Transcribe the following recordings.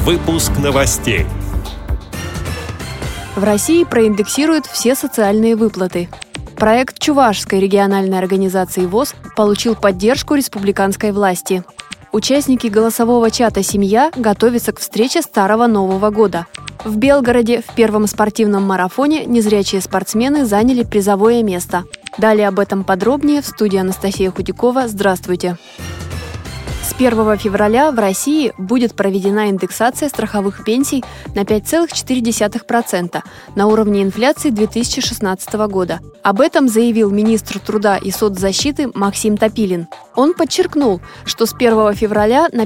Выпуск новостей. В России проиндексируют все социальные выплаты. Проект Чувашской региональной организации ВОС получил поддержку республиканской власти. Участники голосового чата «Семья» готовятся к встрече Старого Нового года. В Белгороде в первом спортивном марафоне незрячие спортсмены заняли призовое место. Далее об этом подробнее в студии Анастасия Худякова. Здравствуйте! С 1 февраля в России будет проведена индексация страховых пенсий на 5,4% на уровне инфляции 2016 года. Об этом заявил министр труда и соцзащиты Максим Топилин. Он подчеркнул, что с 1 февраля на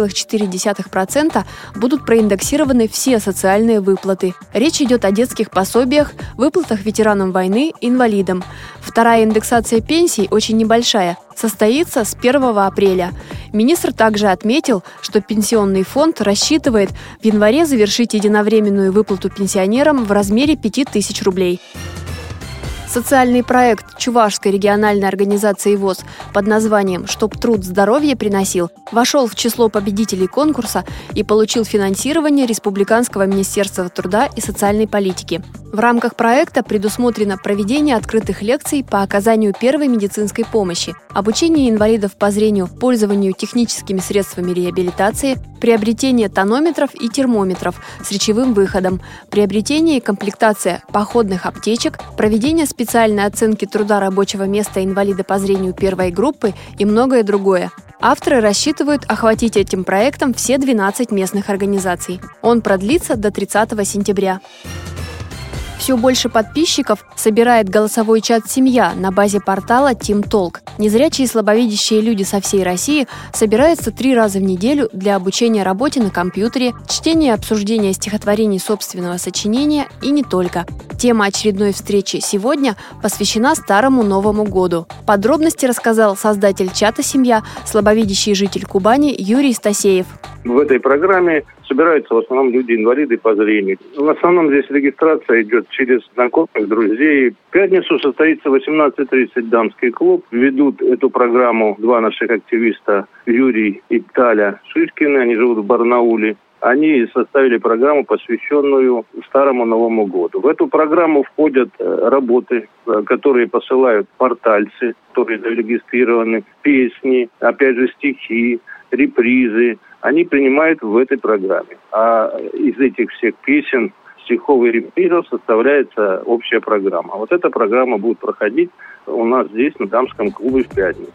5,4% будут проиндексированы все социальные выплаты. Речь идет о детских пособиях, выплатах ветеранам войны, инвалидам. Вторая индексация пенсий, очень небольшая, состоится с 1 апреля. Министр также отметил, что Пенсионный фонд рассчитывает в январе завершить единовременную выплату пенсионерам в размере 5000 рублей. Социальный проект Чувашской региональной организации ВОС под названием «Чтоб труд здоровье приносил» вошел в число победителей конкурса и получил финансирование Республиканского министерства труда и социальной политики. В рамках проекта предусмотрено проведение открытых лекций по оказанию первой медицинской помощи, обучение инвалидов по зрению пользованию техническими средствами реабилитации, приобретение тонометров и термометров с речевым выходом, приобретение и комплектация походных аптечек, проведение специальной оценки труда рабочего места инвалида по зрению первой группы и многое другое. Авторы рассчитывают охватить этим проектом все 12 местных организаций. Он продлится до 30 сентября. Все больше подписчиков собирает голосовой чат «Семья» на базе портала TeamTalk. Незрячие и слабовидящие люди со всей России собираются 3 раза в неделю для обучения работе на компьютере, чтения и обсуждения стихотворений собственного сочинения и не только. Тема очередной встречи сегодня посвящена Старому Новому году. Подробности рассказал создатель чата «Семья», слабовидящий житель Кубани Юрий Стасеев. В этой программе собираются в основном люди-инвалиды по зрению. В основном здесь регистрация идет через знакомых, друзей. В пятницу состоится 18:30 дамский клуб. Ведут эту программу 2 наших активиста Юрий и Таля Шишкины. Они живут в Барнауле. Они составили программу, посвященную Старому Новому году. В эту программу входят работы, которые посылают портальцы, которые зарегистрированы, песни, опять же стихи, репризы. Они принимают в этой программе. А из этих всех песен, стихов и репризов составляется общая программа. Вот эта программа будет проходить у нас здесь, на дамском клубе, в пятницу.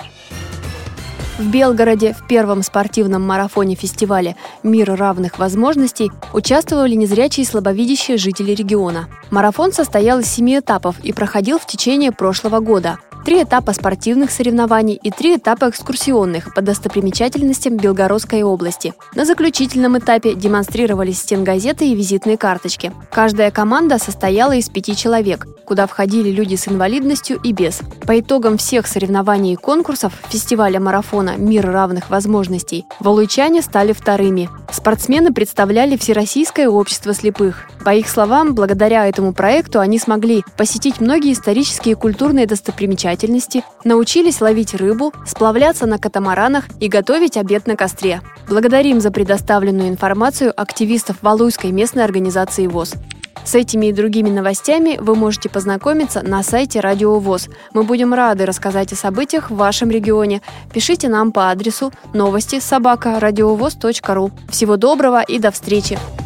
В Белгороде в первом спортивном марафоне фестиваля «Мир равных возможностей» участвовали незрячие и слабовидящие жители региона. Марафон состоял из 7 этапов и проходил в течение прошлого года. 3 этапа спортивных соревнований и 3 этапа экскурсионных по достопримечательностям Белгородской области. На заключительном этапе демонстрировались стенгазеты и визитные карточки. Каждая команда состояла из 5 человек, куда входили люди с инвалидностью и без. По итогам всех соревнований и конкурсов фестиваля марафона «Мир равных возможностей» валуйчане стали вторыми. Спортсмены представляли Всероссийское общество слепых. По их словам, благодаря этому проекту они смогли посетить многие исторические и культурные достопримечательности, научились ловить рыбу, сплавляться на катамаранах и готовить обед на костре. Благодарим за предоставленную информацию активистов Валуйской местной организации ВОС. С этими и другими новостями вы можете познакомиться на сайте Радио ВОС. Мы будем рады рассказать о событиях в вашем регионе. Пишите нам по адресу новости@радиовос.ру. Всего доброго и до встречи!